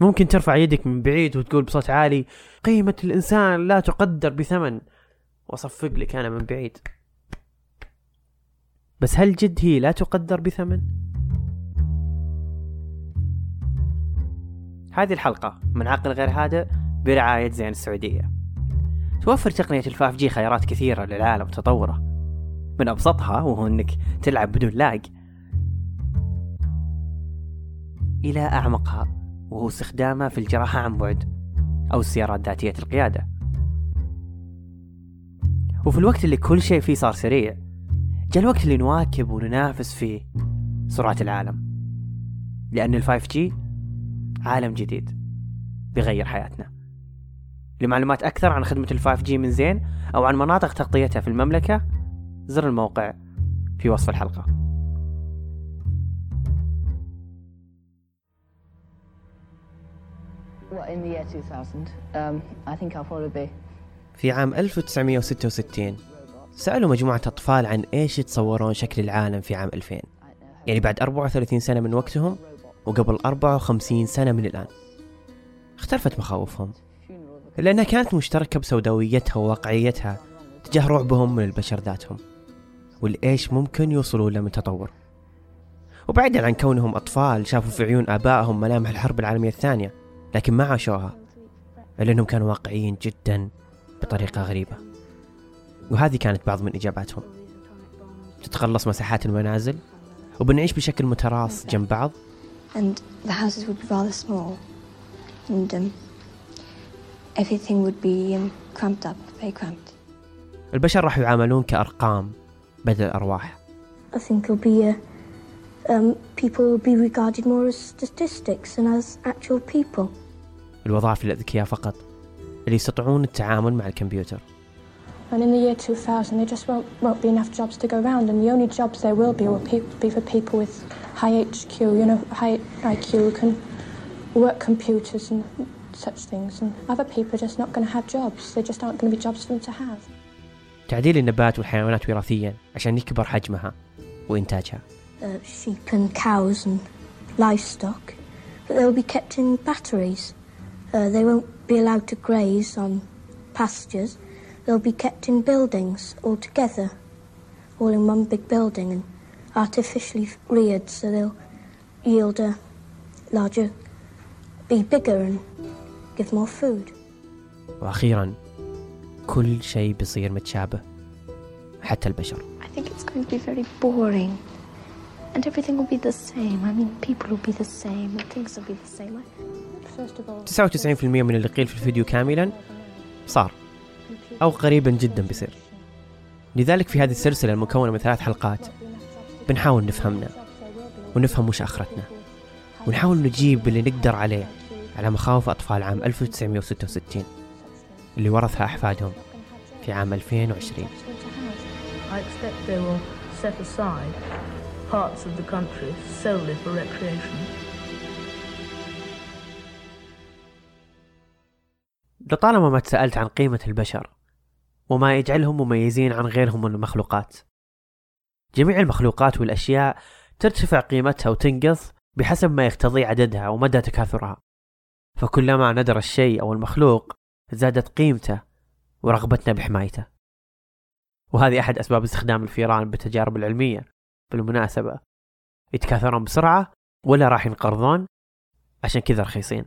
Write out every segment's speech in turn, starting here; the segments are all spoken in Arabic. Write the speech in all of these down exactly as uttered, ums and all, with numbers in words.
ممكن ترفع يدك من بعيد وتقول بصوت عالي قيمة الإنسان لا تقدر بثمن، وأصفق لك أنا من بعيد. بس هل جد هي لا تقدر بثمن؟ هذه الحلقة من عقل غير هادئ برعاية زين السعودية. توفر تقنية الفايف جي خيارات كثيرة للعالم وتطوره، من أبسطها وهو أنك تلعب بدون لاج، إلى أعمقها وهو استخدامه في الجراحة عن بعد أو السيارات ذاتية القيادة. وفي الوقت اللي كل شيء فيه صار سريع، جاء الوقت اللي نواكب وننافس فيه سرعة العالم، لأن الفايف جي عالم جديد بيغير حياتنا. لمعلومات أكثر عن خدمة الفايف جي من زين أو عن مناطق تغطيتها في المملكة، زر الموقع في وصف الحلقة. في عام ألف وتسعمائة وستة وستين سألوا مجموعة أطفال عن إيش يتصورون شكل العالم في عام ألفين، يعني بعد أربعة وثلاثين سنة من وقتهم وقبل أربعة وخمسين سنة من الآن. اختلفت مخاوفهم لأنها كانت مشتركة بسوداويتها وواقعيتها تجاه رعبهم من البشر ذاتهم والإيش ممكن يوصلوا له من تطور. وبعيدا عن كونهم أطفال شافوا في عيون آبائهم ملامح الحرب العالمية الثانية، لكن ما عاشوها، لأنهم كانوا واقعيين جدا بطريقة غريبة. وهذه كانت بعض من إجاباتهم: تتخلص مساحات المنازل وبنعيش بشكل متراص جنب بعض. And the houses would be rather small and um, everything would be um, cramped up, very cramped. البشر راح يعاملون كأرقام بدل أرواح. I think it'll be uh, um, people will be regarded more as statistics than as actual people. الوظائف للأذكياء فقط اللي يستطيعون التعامل مع الكمبيوتر. And in the year two thousand, there just won't, won't be enough jobs to go around, and the only jobs there will be will pe- be for people with high H Q, you know, high I Q, who can work computers and such things. And other people are just not going to have jobs. They just aren't going to be jobs for them to have. تعديل النبات والحيوانات وراثيا عشان يكبر حجمها وإنتاجها. Uh, sheep and cows and livestock, but they will be kept in batteries. Uh, they won't be allowed to graze on pastures. They'll be kept in buildings all together, all in one big building and artificially reared, so they'll yield a larger, be bigger and give more food. وأخيرا كل شيء بيصير متشابه، حتى البشر. I think it's going to be very boring and everything will be the same. I mean, people will be the same and things will be the same. First of all, تسعة وتسعين بالمئة من اللي قيل في الفيديو كاملا صار أو قريبا جدا بيصير. لذلك في هذه السلسلة المكونة من ثلاث حلقات بنحاول نفهمنا ونفهم وش آخرتنا، ونحاول نجيب اللي نقدر عليه على مخاوف أطفال عام ألف وتسعمائة وستة وستين اللي ورثها أحفادهم في عام ألفين وعشرين. I expect they will set aside parts of the country solely for recreation. لطالما ما تسألت عن قيمة البشر وما يجعلهم مميزين عن غيرهم من المخلوقات. جميع المخلوقات والأشياء ترتفع قيمتها وتنقص بحسب ما يقتضي عددها ومدى تكاثرها، فكلما ندر الشيء أو المخلوق زادت قيمته ورغبتنا بحمايته. وهذه أحد أسباب استخدام الفيران بالتجارب العلمية. بالمناسبة يتكاثرون بسرعة ولا راح ينقرضون، عشان كذا رخيصين.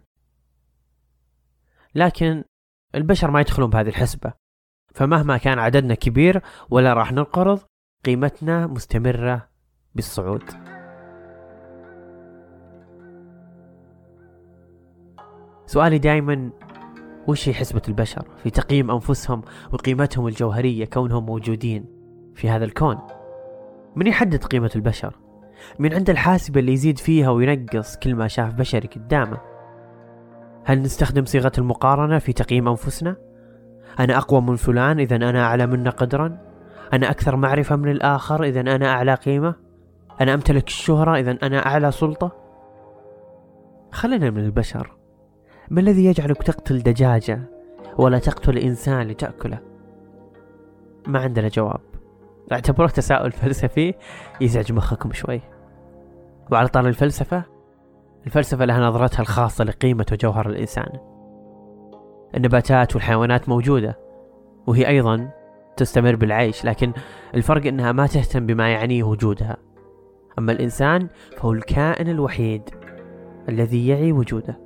لكن البشر ما يدخلون بهذه الحسبة، فمهما كان عددنا كبير ولا راح ننقرض، قيمتنا مستمرة بالصعود. سؤالي دائما: وش هي حسبة البشر في تقييم أنفسهم وقيمتهم الجوهرية كونهم موجودين في هذا الكون؟ من يحدد قيمة البشر؟ من عند الحاسبة اللي يزيد فيها وينقص كل ما شاف بشري قدامه؟ هل نستخدم صيغة المقارنة في تقييم أنفسنا؟ أنا أقوى من فلان إذن أنا أعلى منه قدرا؟ أنا أكثر معرفة من الآخر إذن أنا أعلى قيمة؟ أنا أمتلك الشهرة إذن أنا أعلى سلطة؟ خلنا من البشر. ما الذي يجعلك تقتل دجاجة ولا تقتل إنسان لتأكله؟ ما عندنا جواب. اعتبره تساؤل فلسفي يزعج مخكم شوي. وعلى طار الفلسفة، الفلسفة لها نظرتها الخاصة لقيمة وجوهر الإنسان. النباتات والحيوانات موجودة وهي أيضا تستمر بالعيش، لكن الفرق أنها ما تهتم بما يعنيه وجودها. أما الإنسان فهو الكائن الوحيد الذي يعي وجوده.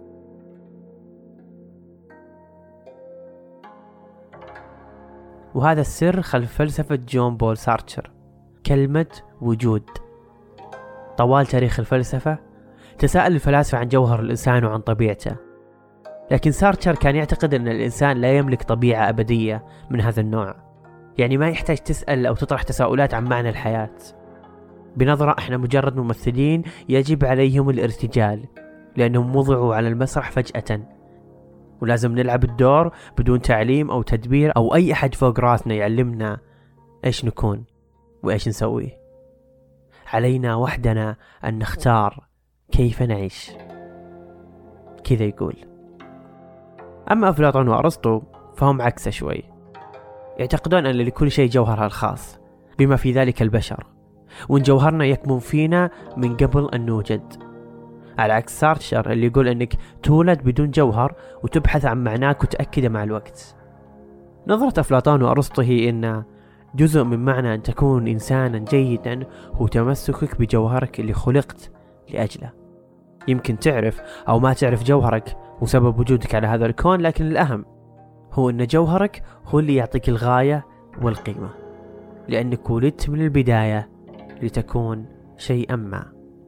وهذا السر خلف فلسفة جون بول سارتر، كلمة وجود. طوال تاريخ الفلسفة تساءل الفلاسفة عن جوهر الإنسان وعن طبيعته، لكن سارتر كان يعتقد أن الإنسان لا يملك طبيعة أبدية من هذا النوع، يعني ما يحتاج تسأل أو تطرح تساؤلات عن معنى الحياة. بنظرة احنا مجرد ممثلين يجب عليهم الارتجال، لأنهم وضعوا على المسرح فجأة، ولازم نلعب الدور بدون تعليم أو تدبير أو أي أحد فوق راسنا يعلمنا إيش نكون وإيش نسوي. علينا وحدنا أن نختار كيف نعيش. كذا يقول. أما أفلاطون وأرسطو فهم عكسه شوي، يعتقدون أن لكل شيء جوهرها الخاص بما في ذلك البشر، وإن جوهرنا يكمن فينا من قبل أن نوجد، على عكس سارتر اللي يقول أنك تولد بدون جوهر وتبحث عن معناك وتأكده مع الوقت. نظرة أفلاطون وأرسطو هي أن جزء من معنى أن تكون إنسانا جيدا هو تمسكك بجوهرك اللي خلقت لأجله. يمكن تعرف أو ما تعرف جوهرك وسبب وجودك على هذا الكون، لكن الأهم هو أن جوهرك هو اللي يعطيك الغاية والقيمة، لأنك ولدت من البداية لتكون شيئا ما.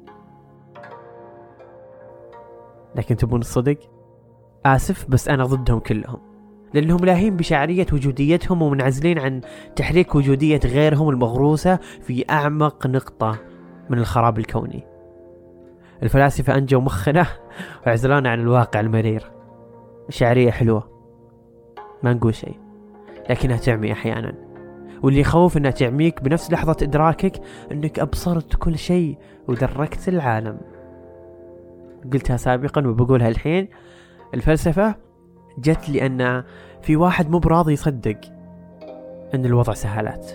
لكن تبون الصدق؟ آسف بس أنا ضدهم كلهم، لأنهم لاهين بشعرية وجوديتهم ومنعزلين عن تحريك وجودية غيرهم المغروسة في أعمق نقطة من الخراب الكوني. الفلاسفة أنجوا مخنا وعزلونا عن الواقع المرير. الشعرية حلوة ما نقول شيء، لكنها تعمي أحيانا، واللي يخوف أنها تعميك بنفس لحظة إدراكك أنك أبصرت كل شيء ودركت العالم. قلتها سابقا وبقولها الحين، الفلسفة جت لأن في واحد مو براضي يصدق أن الوضع سهلات.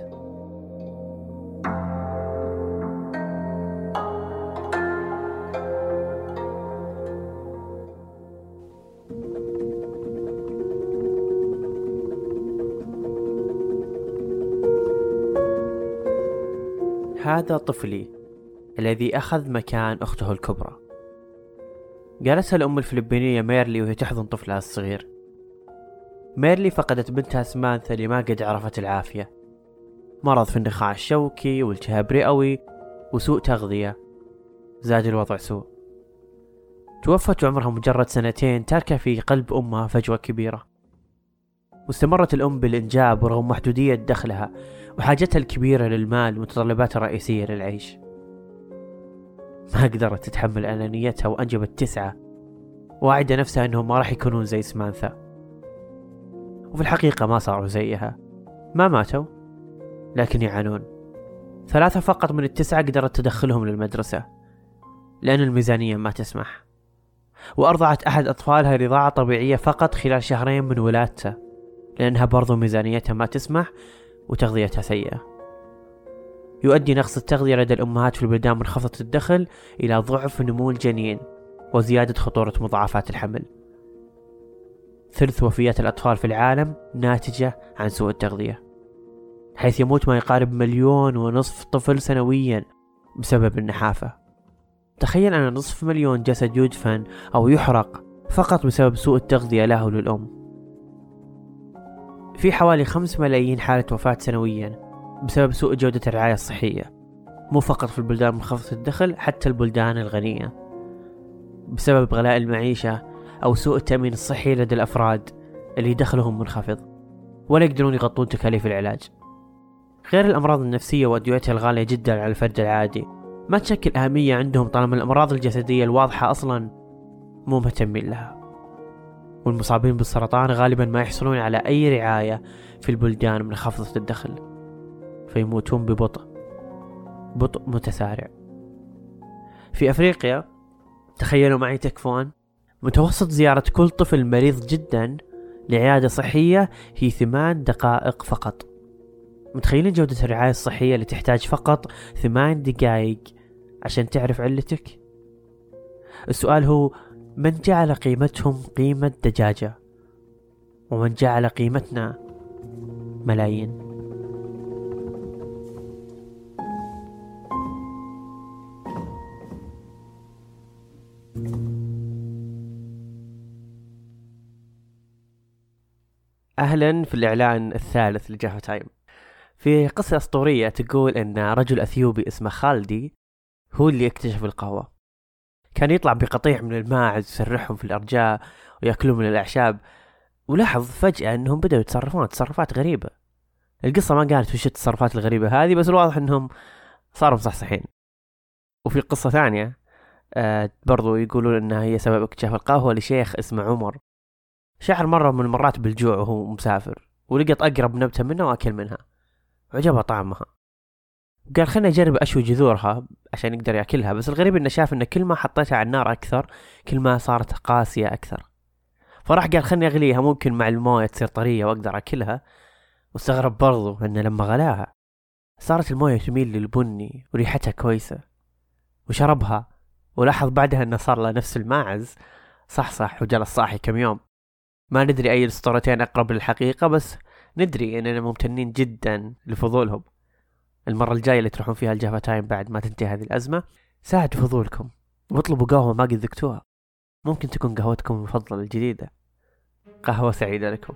هذا طفلي الذي أخذ مكان أخته الكبرى، قالتها الأم الفلبينية ميرلي وهي تحضن طفلها الصغير. ميرلي فقدت بنتها سمانثا اللي ما قد عرفت العافية، مرض في النخاع الشوكي والتهاب رئوي وسوء تغذية، زاد الوضع سوء. توفت وعمرها مجرد سنتين، تاركة في قلب أمها فجوة كبيرة. واستمرت الأم بالإنجاب ورغم محدودية دخلها وحاجتها الكبيرة للمال ومتطلباتها الرئيسية للعيش. ما قدرت تتحمل أنانيتها وأنجبت تسعة، واعدة نفسها أنهم ما راح يكونون زي سمانثا، وفي الحقيقة ما صاروا زيها. ما ماتوا لكن يعانون. ثلاثة فقط من التسعة قدرت تدخلهم للمدرسة لأن الميزانية ما تسمح، وأرضعت أحد أطفالها رضاعة طبيعية فقط خلال شهرين من ولادته لأنها برضو ميزانيتها ما تسمح وتغذيتها سيئة. يؤدي نقص التغذية لدى الأمهات في البلدان منخفضة الدخل إلى ضعف نمو الجنين وزيادة خطورة مضاعفات الحمل. ثلث وفيات الأطفال في العالم ناتجة عن سوء التغذية، حيث يموت ما يقارب مليون ونصف طفل سنويا بسبب النحافة. تخيل أن نصف مليون جسد يدفن أو يحرق فقط بسبب سوء التغذية له وللأم. في حوالي خمس ملايين حالة وفاة سنويا بسبب سوء جودة الرعاية الصحية، مو فقط في البلدان منخفضة الدخل، حتى البلدان الغنية، بسبب غلاء المعيشة أو سوء التأمين الصحي لدى الأفراد اللي دخلهم منخفض ولا يقدرون يغطون تكاليف العلاج. غير الأمراض النفسية وأدويتها الغالية جدا على الفرد العادي ما تشكل أهمية عندهم طالما الأمراض الجسدية الواضحة أصلا مو مهتمين لها. والمصابين بالسرطان غالبا ما يحصلون على أي رعاية في البلدان منخفضة الدخل، فيموتون ببطء بطء متسارع. في أفريقيا تخيلوا معي تكفون، متوسط زيارة كل طفل مريض جدا لعيادة صحية هي ثمان دقائق فقط. متخيلين جودة الرعاية الصحية اللي تحتاج فقط ثمان دقائق عشان تعرف علتك؟ السؤال هو: من جعل قيمتهم قيمة دجاجة، ومن جعل قيمتنا ملايين؟ أهلا في الإعلان الثالث لجافا تايم. في قصة أسطورية تقول أن رجل أثيوبي اسمه خالدي هو اللي اكتشف القهوة. كان يطلع بقطيع من الماعز يسرحهم في الأرجاء ويأكلون من الأعشاب، ولاحظ فجأة أنهم بدأوا يتصرفون تصرفات غريبة. القصة ما قالت وش التصرفات الغريبة هذه، بس الواضح أنهم صاروا مصحصحين. وفي قصة ثانية آه برضو يقولون أنها هي سبب اكتشاف القهوة لشيخ اسمه عمر. شعر مرة من المرات بالجوع وهو مسافر، ولقط أقرب نبتة منها وأكل منها وعجبها طعمها، وقال خلنا أجرب أشوي جذورها عشان يقدر يأكلها. بس الغريب إنه شاف إن كل ما حطيتها على النار أكثر كل ما صارت قاسية أكثر، فراح قال خلني أغليها ممكن مع الموية تصير طرية وأقدر أكلها. واستغرب برضو إنه لما غلاها صارت الموية تميل للبني وريحتها كويسة، وشربها ولاحظ بعدها إنه صار له نفس الماعز، صحصح وجلس صاحي كم يوم. ما ندري أي الأسطورتين أقرب للحقيقة، بس ندري أننا ممتنين جدا لفضولهم. المرة الجاية اللي تروحون فيها الجافا تايم بعد ما تنتهي هذه الأزمة، ساعدوا فضولكم واطلبوا قهوة ما قد ذقتوها، ممكن تكون قهوتكم المفضلة الجديدة. قهوة سعيدة لكم.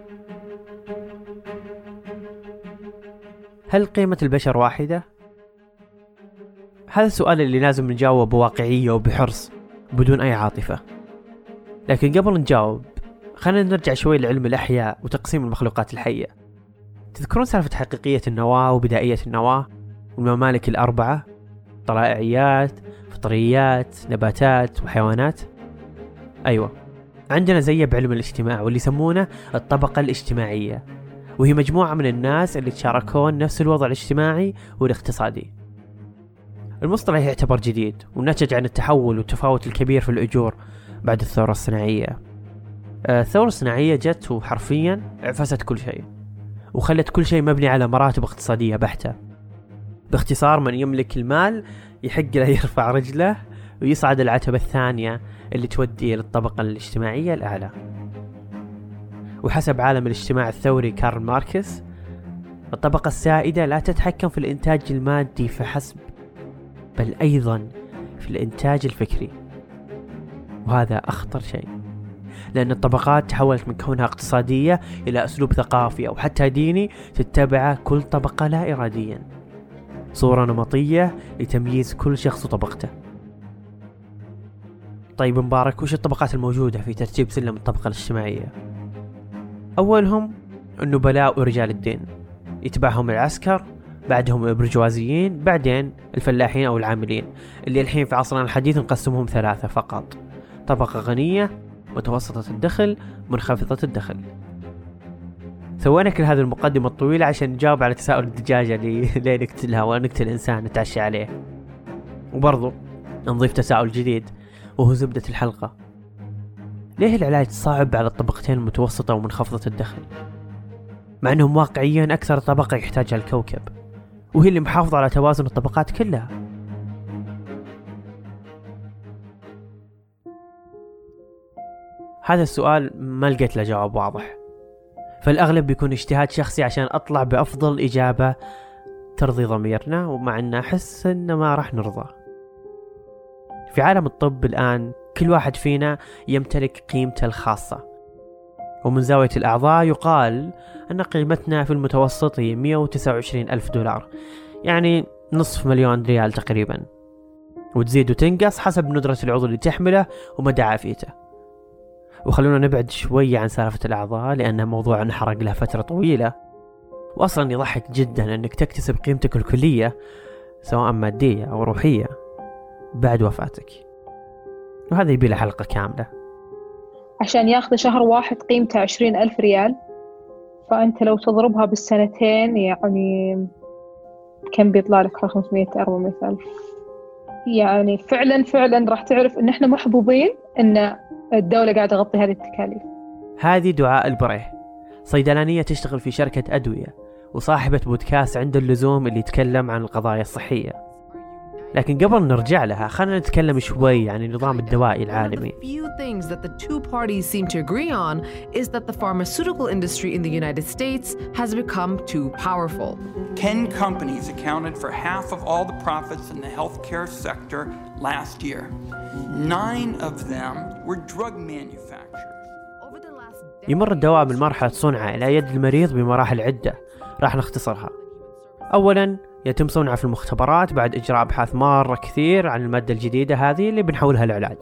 هل قيمة البشر واحدة؟ هذا السؤال اللي لازم نجاوب بواقعية وبحرص بدون أي عاطفة. لكن قبل نجاوب خلينا نرجع شوي لعلم الأحياء وتقسيم المخلوقات الحية. تذكرون سالفة حقيقية النواة وبدائية النواة والممالك الأربعة؟ طلائعيات، فطريات، نباتات وحيوانات. أيوة، عندنا زي بعلم الاجتماع واللي يسمونه الطبقة الاجتماعية، وهي مجموعة من الناس اللي تشاركون نفس الوضع الاجتماعي والاقتصادي. المصطلح يعتبر جديد ونتج عن التحول والتفاوت الكبير في الأجور بعد الثورة الصناعية. الثورة الصناعية جت وحرفيا عفست كل شيء وخلت كل شيء مبني على مراتب اقتصادية بحتة. باختصار، من يملك المال يحق له يرفع رجله ويصعد العتبة الثانية اللي تودي للطبقة الاجتماعية الأعلى. وحسب عالم الاجتماع الثوري كارل ماركس، الطبقة السائدة لا تتحكم في الإنتاج المادي فحسب، بل أيضا في الإنتاج الفكري، وهذا أخطر شيء، لأن الطبقات تحولت من كونها اقتصادية إلى أسلوب ثقافي أو حتى ديني تتبعه كل طبقة لا إراديا، صورة نمطية لتمييز كل شخص وطبقته. طيب مبارك، وش الطبقات الموجودة في ترتيب سلم الطبقة الاجتماعية؟ أولهم النبلاء ورجال الدين، يتبعهم العسكر، بعدهم البرجوازيين، بعدين الفلاحين أو العاملين اللي الحين في عصرنا الحديث نقسمهم ثلاثة فقط: طبقة غنية، متوسطة الدخل، منخفضة الدخل. سوينا كل هذه المقدمة الطويلة عشان نجاوب على تساؤل الدجاجة اللي ليه نقتلها ونقتل إنسان نتعشى عليه. وبرضو نضيف تساؤل جديد وهو زبدة الحلقة: ليه العلاج صعب على الطبقتين المتوسطة ومنخفضة الدخل، مع أنهم واقعيا أكثر طبقة يحتاجها الكوكب وهي اللي محافظة على توازن الطبقات كلها؟ هذا السؤال ما لقيت له جواب واضح، فالأغلب بيكون اجتهاد شخصي عشان أطلع بأفضل إجابة ترضي ضميرنا، ومع أن أحس أن ما راح نرضى. في عالم الطب الآن كل واحد فينا يمتلك قيمته الخاصة، ومن زاوية الأعضاء يقال أن قيمتنا في المتوسط هي مئة وتسعة وعشرين ألف دولار، يعني نصف مليون ريال تقريبا، وتزيد وتنقص حسب ندرة العضو اللي تحمله ومدى عافيته. وخلونا نبعد شوية عن سالفة الأعضاء لأنه موضوع نحرق له فترة طويلة، وأصلا يضحك جدا أنك تكتسب قيمتك الكلية سواء مادية أو روحية بعد وفاتك، وهذا يبي له حلقة كاملة. عشان ياخذ شهر واحد قيمته عشرين ألف ريال، فأنت لو تضربها بالسنتين يعني كم بيطلع لك؟ خمسمائة أربعمائة ألف. يعني فعلا فعلا راح تعرف إن إحنا محبوبين إن الدولة قاعدة تغطي هذه التكاليف. هذه دعاء البريه، صيدلانية تشتغل في شركة أدوية وصاحبة بودكاست عند اللزوم اللي يتكلم عن القضايا الصحية. لكن قبل نرجع لها خلينا نتكلم شوي عن النظام الدوائي العالمي. One of the few things that the two parties seem to agree on is that the pharmaceutical industry in the United States has become too powerful. Ten companies accounted for half of all the profits in the healthcare sector last year. Nine of them were drug manufacturers. يمر الدواء من مرحلة صنعه إلى يد المريض بمراحل عدة راح نختصرها. أولاً يتم صنعه في المختبرات بعد إجراء أبحاث مرة كثير عن المادة الجديدة هذه اللي بنحولها لعلاج.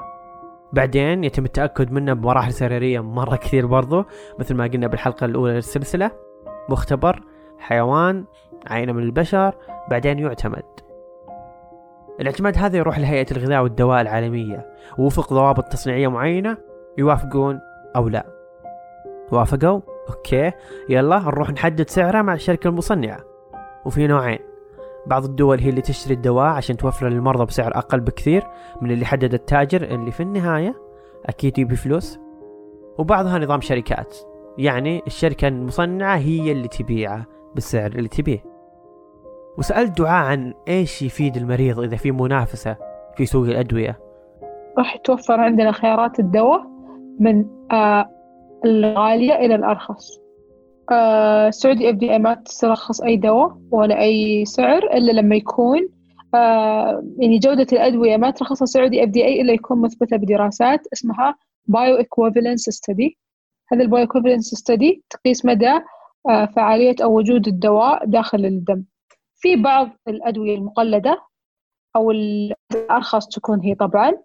بعدين يتم التأكد منه بمراحل سريرية مرة كثير برضو، مثل ما قلنا بالحلقة الأولى للسلسلة: مختبر، حيوان، عينة من البشر، بعدين يعتمد. الاعتماد هذا يروح لهيئة الغذاء والدواء العالمية، ووفق ضوابط تصنيعية معينة يوافقون أو لا. وافقوا؟ أوكي، يلا نروح نحدد سعره مع الشركة المصنعة. وفي نوعين: بعض الدول هي اللي تشتري الدواء عشان توفر للمرضى بسعر أقل بكثير من اللي حدد التاجر، اللي في النهاية أكيد يبي فلوس. وبعضها نظام شركات، يعني الشركة المصنعة هي اللي تبيعه بالسعر اللي تبيه. وسألت دعاء عن إيش يفيد المريض إذا في منافسة في سوق الأدوية. راح توفر عندنا خيارات الدواء من آه الغالية إلى الأرخص. آه السعودي إف دي إيه ما ترخص أي دواء ولا أي سعر إلا لما يكون آه يعني جودة الأدوية ما ترخصها السعودي إف دي إيه إلا يكون مثبتة بدراسات اسمها Bioequivalence Study. هذا Bioequivalence Study تقيس مدى آه فعالية أو وجود الدواء داخل الدم. في بعض الأدوية المقلدة أو الأرخص تكون هي طبعا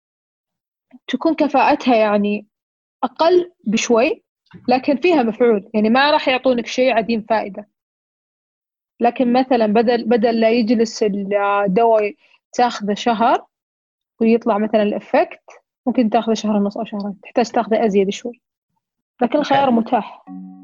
تكون كفاءتها يعني أقل بشوي، لكن فيها مفعول، يعني ما راح يعطونك شيء عديم فائدة. لكن مثلا بدل بدل لا يجلس الدواء تاخذه شهر ويطلع مثلا الإفكت، ممكن تاخذه شهر ونص أو شهرين، تحتاج تاخذه أزيد شوي، لكن الخيار متاح.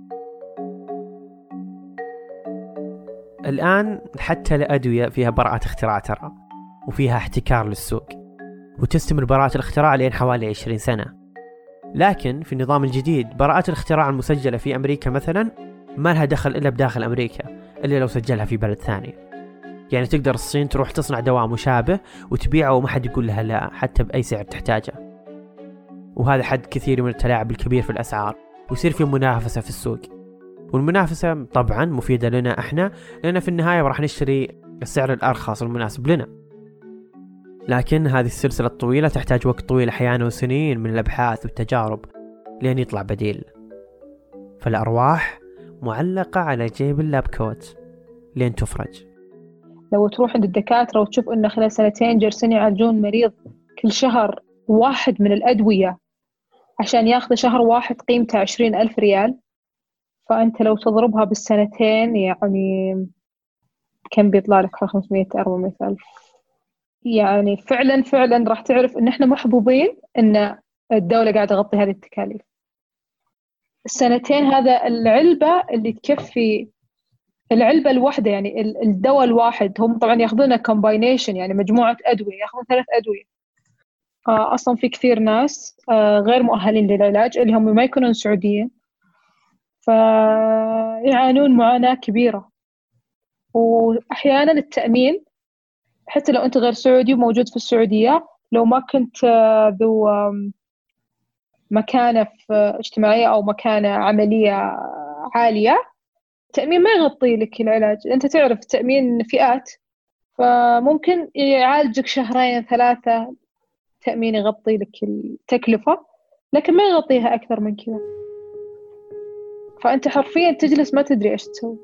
الآن حتى الأدوية فيها براءة اختراع ترى، وفيها احتكار للسوق، وتستمر براءة الاختراع لين حوالي عشرين سنة. لكن في النظام الجديد براءة الاختراع المسجلة في أمريكا مثلا ما لها دخل إلا بداخل أمريكا، إلا لو سجلها في بلد ثاني. يعني تقدر الصين تروح تصنع دواء مشابه وتبيعه وما حد يقول لها لا، حتى بأي سعر تحتاجه. وهذا حد كثير من التلاعب الكبير في الأسعار، ويصير في منافسة في السوق. والمنافسة طبعا مفيدة لنا احنا، لأن في النهاية راح نشتري السعر الأرخص المناسب لنا. لكن هذه السلسلة الطويلة تحتاج وقت طويل أحيانا وسنين من الأبحاث والتجارب لين يطلع بديل. فالأرواح معلقة على جيب اللاب كوت لين تفرج. لو تروح عند الدكاترة وتشوف إنه خلال سنتين جالسين يعالجون مريض كل شهر واحد من الأدوية عشان ياخذ شهر واحد قيمته عشرين ألف ريال، فأنت لو تضربها بالسنتين يعني كم بيطلع لك؟ خمسمية أربعمية ألف. يعني فعلا فعلا راح تعرف إن إحنا محبوبين إن الدولة قاعدة تغطي هذه التكاليف. السنتين هذا العلبة اللي تكفي العلبة الواحدة، يعني الدواء الواحد. هم طبعا ياخذونها كومباينيشن، يعني مجموعة أدوية، ياخذون ثلاث أدوية. آه أصلا في كثير ناس آه غير مؤهلين للعلاج اللي هم ما يكونون سعوديين، فيعانون معاناة كبيرة. وأحيانا التأمين حتى لو أنت غير سعودي وموجود في السعودية، لو ما كنت ذو مكانة في اجتماعية أو مكانة عملية عالية، التأمين ما يغطي لك العلاج. أنت تعرف التأمين فئات، فممكن يعالجك شهرين ثلاثة تأمين يغطي لك التكلفة، لكن ما يغطيها أكثر من كذا. فأنت حرفيا تجلس ما تدري إيش تسوي،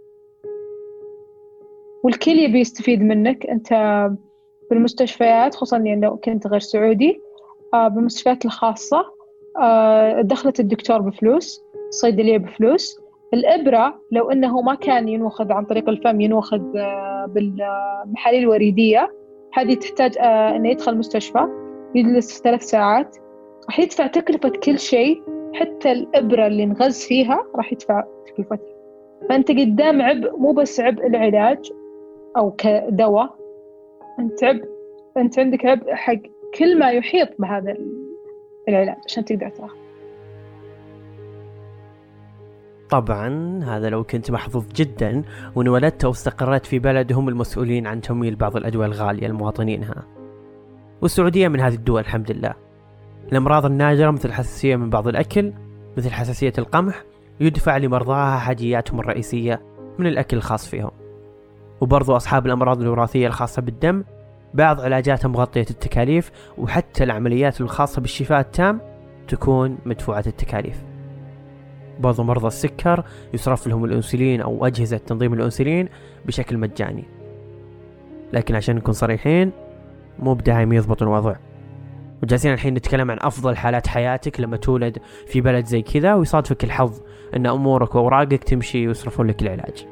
والكل يبي يستفيد منك. أنت بالمستشفيات، خصوصا لو كنت غير سعودي، بالمستشفيات الخاصة دخلت الدكتور بفلوس، الصيدلية بفلوس، الإبرة لو أنه ما كان ينوخذ عن طريق الفم ينوخذ بالمحاليل الوريدية، هذه تحتاج أنه يدخل مستشفى يجلس ثلاث ساعات، راح يدفع تكلفة كل شيء، حتى الإبرة اللي نغز فيها راح يدفع تكلفتها. فأنت قدام عبء، مو بس عبء العلاج أو كدواء، أنت عبء، أنت عندك عبء حق كل ما يحيط بهذا العلاج عشان تقدر تاخذ. طبعا هذا لو كنت محظوظ جدا وانولدت واستقريت في بلد هم المسؤولين عن تمويل بعض الأدوية الغالية لمواطنينها. والسعودية من هذه الدول الحمد لله. الأمراض النادرة مثل الحساسية من بعض الأكل مثل حساسية القمح يدفع لمرضاها حاجياتهم الرئيسية من الأكل الخاص فيهم. وبرضو أصحاب الأمراض الوراثية الخاصة بالدم بعض علاجاتها مغطية التكاليف، وحتى العمليات الخاصة بالشفاء التام تكون مدفوعة التكاليف. بعض مرضى السكر يصرف لهم الأنسولين أو أجهزة تنظيم الأنسولين بشكل مجاني، لكن عشان نكون صريحين مو بدايم يضبط الوضع. وجالسين الحين نتكلم عن أفضل حالات حياتك لما تولد في بلد زي كذا ويصادفك الحظ أن أمورك وأوراقك تمشي ويصرفون لك العلاج.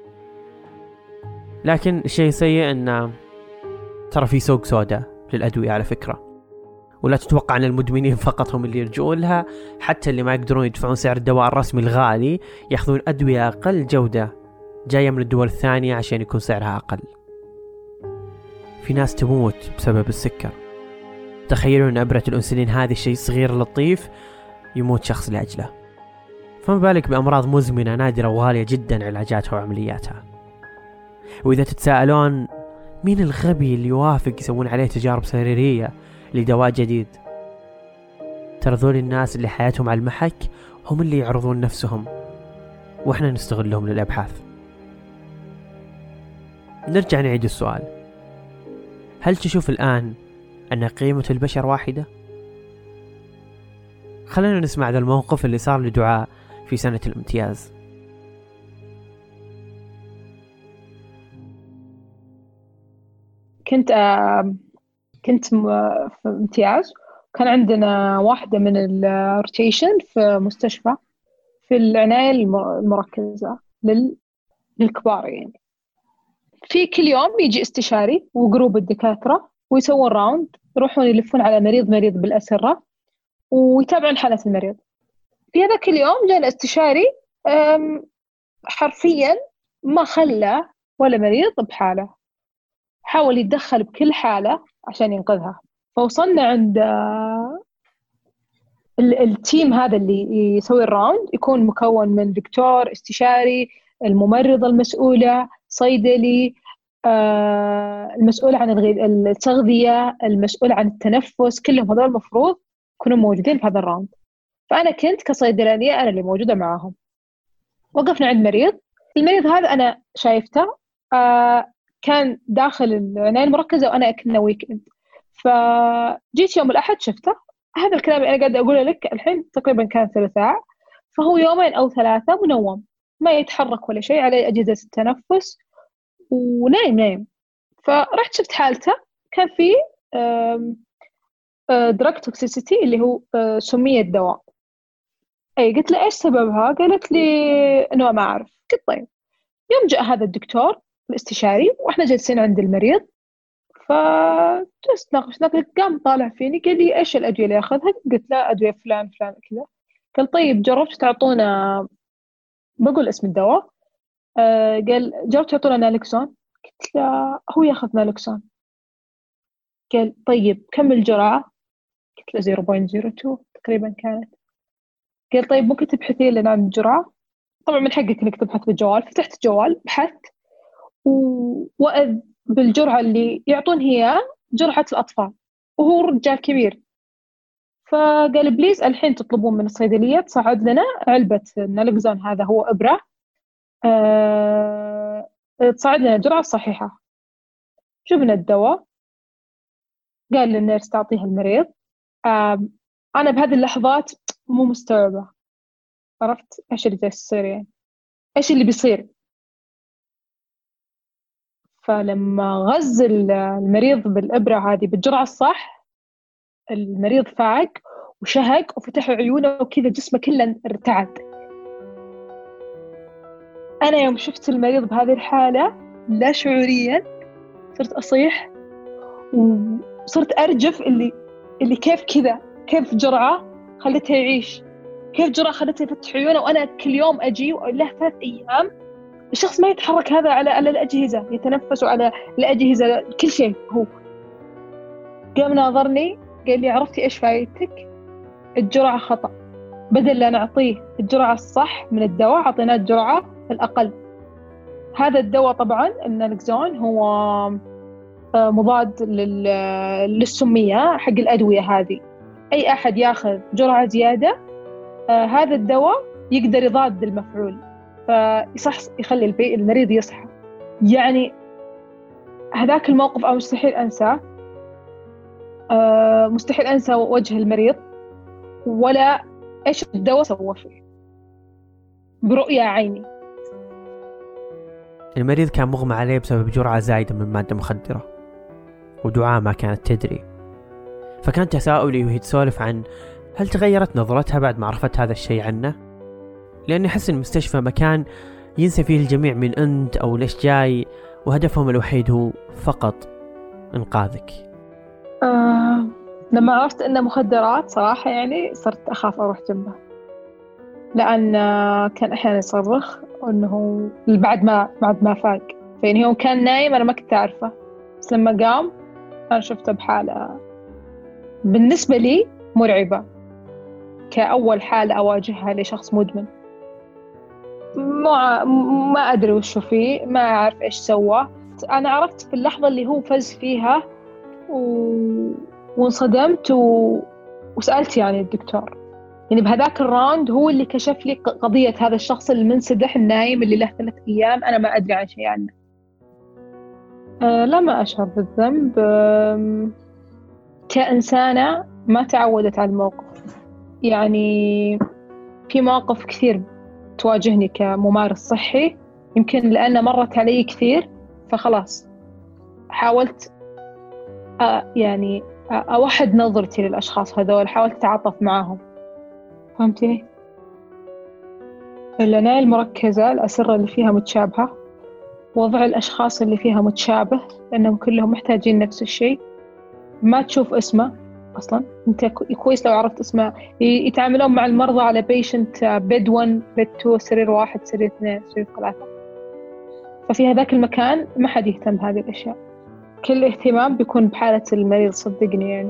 لكن الشيء سيء أن ترى في سوق سوداء للأدوية على فكرة، ولا تتوقع أن المدمنين فقط هم اللي يرجعون لها، حتى اللي ما يقدرون يدفعون سعر الدواء الرسمي الغالي يأخذون أدوية أقل جودة جاية من الدول الثانية عشان يكون سعرها أقل. في ناس تموت بسبب السكر. تخيلوا أن أبرة الأنسولين هذه الشيء صغير لطيف يموت شخص لأجله، فما بالك بأمراض مزمنة نادرة وغالية جدا علاجاتها وعملياتها. وإذا تتساءلون مين الغبي اللي يوافق يسوون عليه تجارب سريرية لدواء جديد، ترى ذول الناس اللي حياتهم على المحك هم اللي يعرضون نفسهم وإحنا نستغلهم للأبحاث. نرجع نعيد السؤال، هل تشوف الآن أن قيمة البشر واحدة؟ خلينا نسمع ذا الموقف اللي صار لدعاء في سنة الامتياز. كنت آه كنت في امتياز، كان عندنا واحدة من الروتيشن في مستشفى في العناية المركزة للكبار. يعني في كل يوم يجي استشاري وجروب الدكاترة ويسوون راوند، يروحون يلفون على مريض مريض بالأسرة ويتابعون حالة المريض. في هذا كل يوم جاء الاستشاري حرفيا ما خلى ولا مريض بحالة، حاول يتدخل بكل حالة عشان ينقذها. فوصلنا عند التيم هذا اللي يسوي الراوند، يكون مكون من دكتور، استشاري، الممرضة المسؤولة، صيدلي، المسؤول عن التغذية، المسؤول عن التنفس، كلهم هذول المفروض يكونوا موجودين في هذا الراوند. فأنا كنت كصيدلانية أنا اللي موجودة معاهم. وقفنا عند مريض، المريض هذا أنا شايفته كان داخل العناية المركزة وأنا كنا ويكند، فجيت يوم الأحد شفته. هذا الكلام اللي أنا قاعدة أقوله لك الحين تقريبا كان ثلاثاء، فهو يومين أو ثلاثة منوم، ما يتحرك ولا شيء، على أجهزة التنفس ونايم نايم. فرحت شفت حالته، كان في دراج توكسيسيتي اللي هو سمية دواء. أي قلت له إيش سببها؟ قالت لي إنه ما أعرف. قلت طيب. يوم جاء هذا الدكتور الاستشاري وإحنا جالسين عند المريض، فجلست ناقش ناقش، قام طالع فيني قال لي إيش الأدوية اللي أخذها؟ قلت له أدوية فلان فلان كذا. قال طيب جربت تعطونا، بقول اسم الدواء، آه قال جربت تعطونا نالكسون؟ قلت له هو ياخذ نالكسون. قال طيب كم الجرعة؟ قلت له صفر فاصلة صفر اثنين تقريبا كانت. قال طيب ممكن تبحثي لنا عن الجرعة؟ طبعا من حقك انك تبحث بالجوال. فتحت الجوال بحثت ووأذ بالجرعة اللي يعطون هي جرعة الأطفال، وهو رجال كبير. فقال بليز الحين تطلبون من الصيدلية تصعد لنا علبة نالكزون، هذا هو إبرة، أه... تصعد لنا الجرعة الصحيحة. جبنا الدواء، قال للنيرس تعطيها المريض. أه... أنا بهذه اللحظات مو مستوعبة، عرفت إيش اللي يصير، يعني إيش اللي بيصير. فلما غز المريض بالإبرة هذه بالجرعة الصح، المريض فاق وشهق وفتح عيونه وكذا جسمه كله ارتعد. أنا يوم شفت المريض بهذه الحالة لا شعوريا صرت أصيح وصرت أرجف، اللي اللي كيف كذا، كيف جرعة خلتها يعيش، كيف جرعة خلتها يفتح عيونه، وأنا كل يوم أجي له ثلاث أيام الشخص ما يتحرك، هذا على على الأجهزة يتنفس وعلى الأجهزة كل شيء. هو قام ناظرني قال لي عرفتي إيش فايدتك؟ الجرعة خطأ، بدل لا نعطيه الجرعة الصح من الدواء عطيناه الجرعة الأقل. هذا الدواء طبعا النالكزون هو مضاد للسمية حق الأدوية هذه. أي أحد ياخذ جرعة زيادة هذا الدواء يقدر يضاد المفعول، فيصح يخلي المريض يصحى. يعني هذاك الموقف أو مستحيل أنساه، مستحيل أنسى وجه المريض ولا إيش الدواء سوى فيه برؤية عيني. المريض كان مغمى عليه بسبب جرعة زايدة من مادة مخدرة، ودعاء ما كانت تدري. فكان تساؤلي وهي تسولف عن هل تغيرت نظرتها بعد ما عرفت هذا الشيء عنه، لأني أحس المستشفى مكان ينسى فيه الجميع من أنت أو ليش جاي، وهدفهم الوحيد هو فقط إنقاذك. آه، لما عرفت إنه مخدرات صراحة يعني صرت أخاف أروح جنبه، لأن كان أحيانا يصرخ إنه بعد ما بعد ما فاق. يعني هو كان نايم أنا ما كنت أعرفه، بس لما قام أنا شفته بحالة بالنسبة لي مرعبة، كأول حالة أواجهها لشخص مدمن. ما ما أدري وش فيه، ما أعرف إيش سوى. أنا عرفت في اللحظة اللي هو فز فيها و... وانصدمت و... وسألت يعني الدكتور. يعني بهذاك الراوند هو اللي كشف لي قضية هذا الشخص المنسدح النايم اللي له ثلاث أيام أنا ما أدري عن شيء عنه. أه لا ما أشعر بالذنب. أه كإنسانة ما تعودت على الموقف. يعني في مواقف كثير تواجهني كممارس صحي، يمكن لأنه مرت علي كثير فخلاص حاولت أ يعني أوحد نظرتي للأشخاص هذول، حاولت أتعاطف معهم. فهمتني؟ العناية المركزة الأسرة اللي فيها متشابهة، وضع الأشخاص اللي فيها متشابه لأنهم كلهم محتاجين نفس الشيء. ما تشوف اسمه أصلاً، أنت كويس لو عرفت اسمه. يتعاملون مع المرضى على بيشنت بيد واحد بيد اثنين سرير واحد سرير اثنين سرير ثلاثة. ففي هذاك المكان ما حد يهتم بهذه الأشياء، كل اهتمام بيكون بحالة المريض. صدقني يعني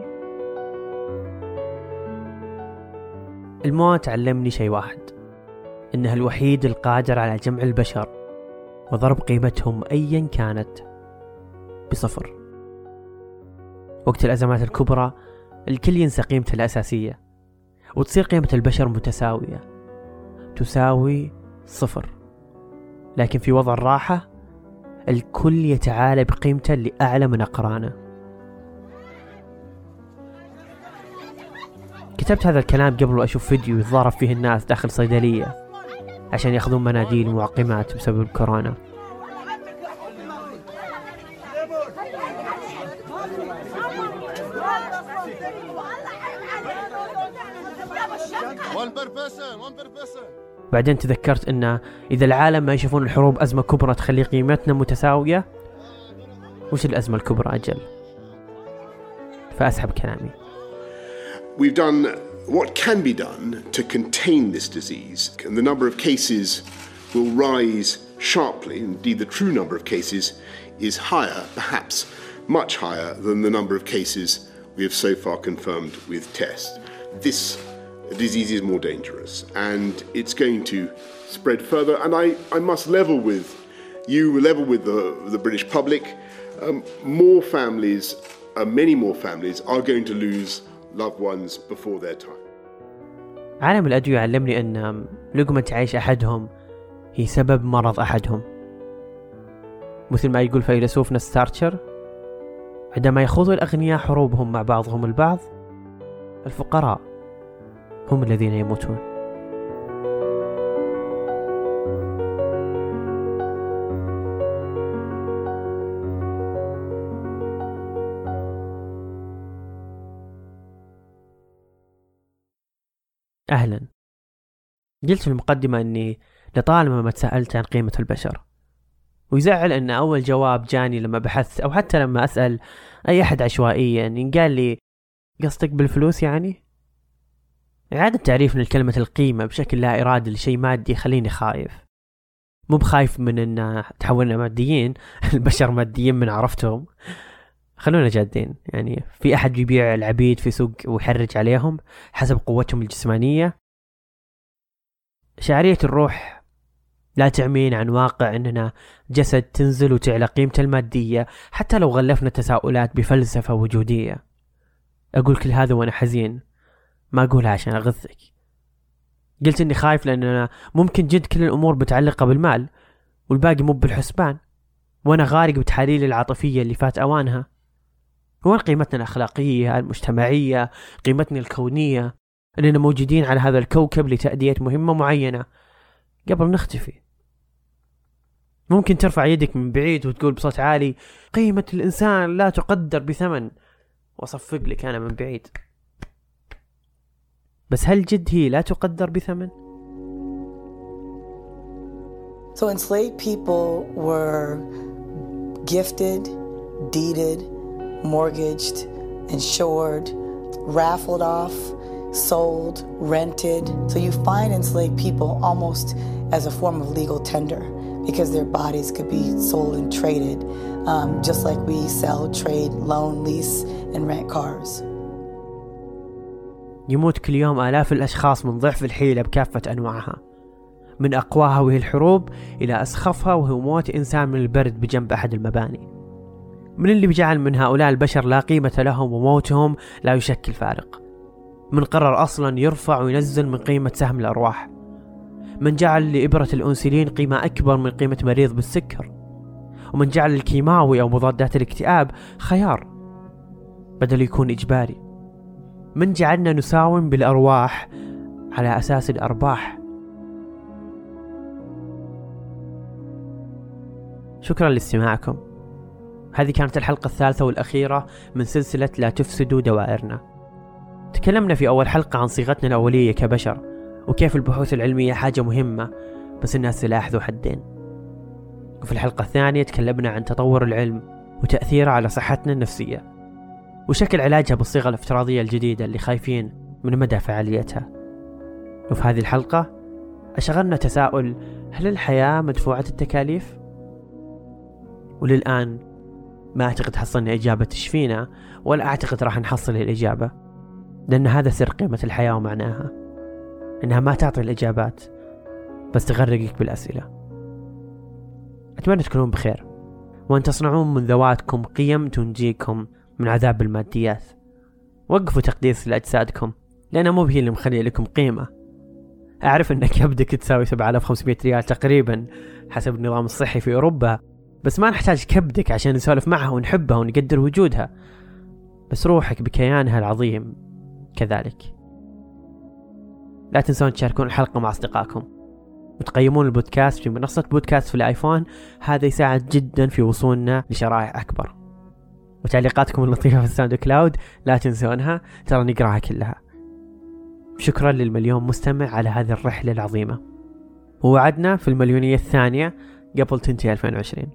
الموت علمني شيء واحد، إنها الوحيد القادر على جمع البشر وضرب قيمتهم أيا كانت بصفر. وقت الأزمات الكبرى الكل ينسى قيمته الأساسية، وتصير قيمة البشر متساوية، تساوي صفر. لكن في وضع الراحة الكل يتعالى بقيمته اللي أعلى من أقرانه. كتبت هذا الكلام قبل أشوف فيديو يتضارب فيه الناس داخل صيدلية عشان يأخذون مناديل ومعقمات بسبب الكورونا. بعدين تذكرت إن إذا العالم ما يشوفون الحروب أزمة كبرى تخلي قيمتنا متساوية، وش الأزمة الكبرى أجل؟ فأسحب كلامي. We've done what can be done to contain this disease, and the number of cases will rise sharply. Indeed, the true number of cases is higher, perhaps much higher than the number of cases we have so far confirmed with tests. This disease is more dangerous, and it's going to spread further. And I, I must level with you, level with the, the British public. Um, more families, uh, many more families are going to lose loved ones before their time. عالم الأدوية علمني أن لقمة عيش أحدهم هي سبب مرض أحدهم. مثل ما يقول فيلسوفنا ستارتشر، عندما يخوض الأغنياء حروبهم مع بعضهم البعض، الفقراء هم الذين يموتون. أهلا. قلت في المقدمة أني لطالما ما تسألت عن قيمة البشر، ويزعل أن أول جواب جاني لما بحثت أو حتى لما أسأل أي أحد عشوائيا ينقال لي قصدك بالفلوس. يعني إعادة تعريف لكلمة القيمة بشكل لا إرادي لشيء مادي يخليني خايف. مو بخايف من أن تحولنا ماديين، البشر ماديين من عرفتهم. خلونا جادين، يعني في أحد بيبيع العبيد في سوق ويحرج عليهم حسب قوتهم الجسمانية، شعرية الروح لا تعمين عن واقع أننا جسد تنزل وتعلى قيمته المادية حتى لو غلفنا تساؤلات بفلسفة وجودية. أقول كل هذا وأنا حزين، ما أقولها عشان أغثك. قلت أني خايف لأننا ممكن جد كل الأمور بتعلق بالمال والباقي مو بالحسبان، وأنا غارق بتحاليل العاطفية اللي فات أوانها. وين قيمتنا الأخلاقية المجتمعية، قيمتنا الكونية، أننا موجودين على هذا الكوكب لتأدية مهمة معينة قبل نختفي. ممكن ترفع يدك من بعيد وتقول بصوت عالي قيمة الإنسان لا تقدر بثمن، وأصفق لك أنا من بعيد. بس هل جد هي لا تقدر بثمن؟ So enslaved people were gifted, deeded, mortgaged, insured, raffled off, sold, rented. So you find enslaved people almost as a form of legal tender because their bodies could be sold and traded, um, just like we sell, trade, loan, lease, and rent cars. يموت كل يوم آلاف الأشخاص من ضعف الحيلة بكافة أنواعها، من أقواها وهي الحروب إلى أسخفها وهو موت إنسان من البرد بجنب أحد المباني. من اللي بجعل من هؤلاء البشر لا قيمة لهم وموتهم لا يشكل فارق، من قرر أصلا يرفع وينزل من قيمة سهم الأرواح، من جعل لإبرة الأنسولين قيمة أكبر من قيمة مريض بالسكر، ومن جعل الكيماوي أو مضادات الاكتئاب خيار بدل يكون إجباري، من جعلنا نساوم بالأرواح على أساس الأرباح. شكرا لاستماعكم. هذه كانت الحلقة الثالثة والأخيرة من سلسلة لا تفسدوا دوائرنا. تكلمنا في أول حلقة عن صيغتنا الأولية كبشر، وكيف البحوث العلمية حاجة مهمة بس الناس سلاح ذو حدين. وفي الحلقة الثانية تكلمنا عن تطور العلم وتأثيره على صحتنا النفسية وشكل علاجها بالصيغة الافتراضية الجديدة اللي خايفين من مدى فعاليتها. وفي هذه الحلقة أشغلنا تساؤل: هل الحياة مدفوعة التكاليف؟ وللآن ما أعتقد حصلنا إجابة تشفينا، ولا أعتقد راح نحصل الإجابة، لأن هذا سر قيمة الحياة ومعناها، إنها ما تعطي الإجابات بس تغرقك بالأسئلة. أتمنى تكونون بخير وأن تصنعون من ذواتكم قيم تنجيكم من عذاب الماديات. وقفوا تقديس لأجسادكم لأنها مو هي اللي مخلية لكم قيمة. أعرف أن كبدك تساوي سبعة آلاف وخمسمائة ريال تقريبا حسب النظام الصحي في أوروبا، بس ما نحتاج كبدك عشان نسولف معها ونحبها ونقدر وجودها، بس روحك بكيانها العظيم كذلك. لا تنسون تشاركون الحلقة مع أصدقائكم وتقيمون البودكاست في منصة بودكاست في الآيفون، هذا يساعد جدا في وصولنا لشرائح أكبر. وتعليقاتكم اللطيفة في الساوند كلاود لا تنسونها، ترى نقراها كلها. شكرا للمليون مستمع على هذه الرحلة العظيمة، ووعدنا في المليونية الثانية قبل تنتهي ألفين وعشرين.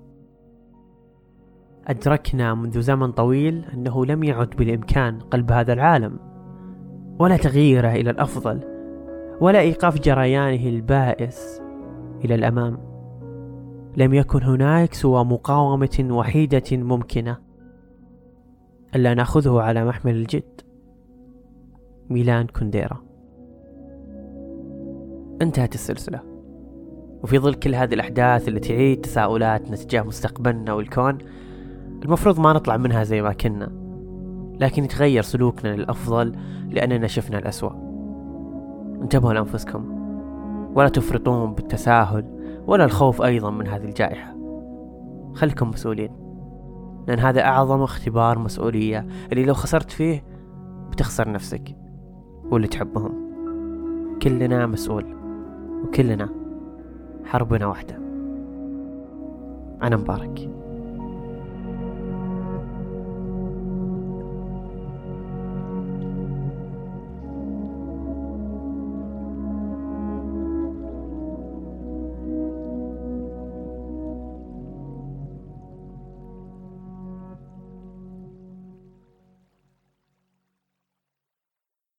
أدركنا منذ زمن طويل أنه لم يعد بالإمكان قلب هذا العالم ولا تغييره إلى الأفضل ولا إيقاف جريانه البائس إلى الأمام. لم يكن هناك سوى مقاومة وحيدة ممكنة، ألا نأخذه على محمل الجد. ميلان كونديرا. انتهت السلسلة، وفي ظل كل هذه الأحداث اللي تعيد تساؤلاتنا تجاه مستقبلنا والكون، المفروض ما نطلع منها زي ما كنا، لكن يتغير سلوكنا للأفضل لأننا شفنا الأسوأ. انتبهوا لأنفسكم ولا تفرطون بالتساهل ولا الخوف أيضا من هذه الجائحة. خلكم مسؤولين، لأن هذا أعظم اختبار مسؤولية اللي لو خسرت فيه بتخسر نفسك واللي تحبهم. كلنا مسؤول وكلنا حربنا واحدة. أنا مبارك.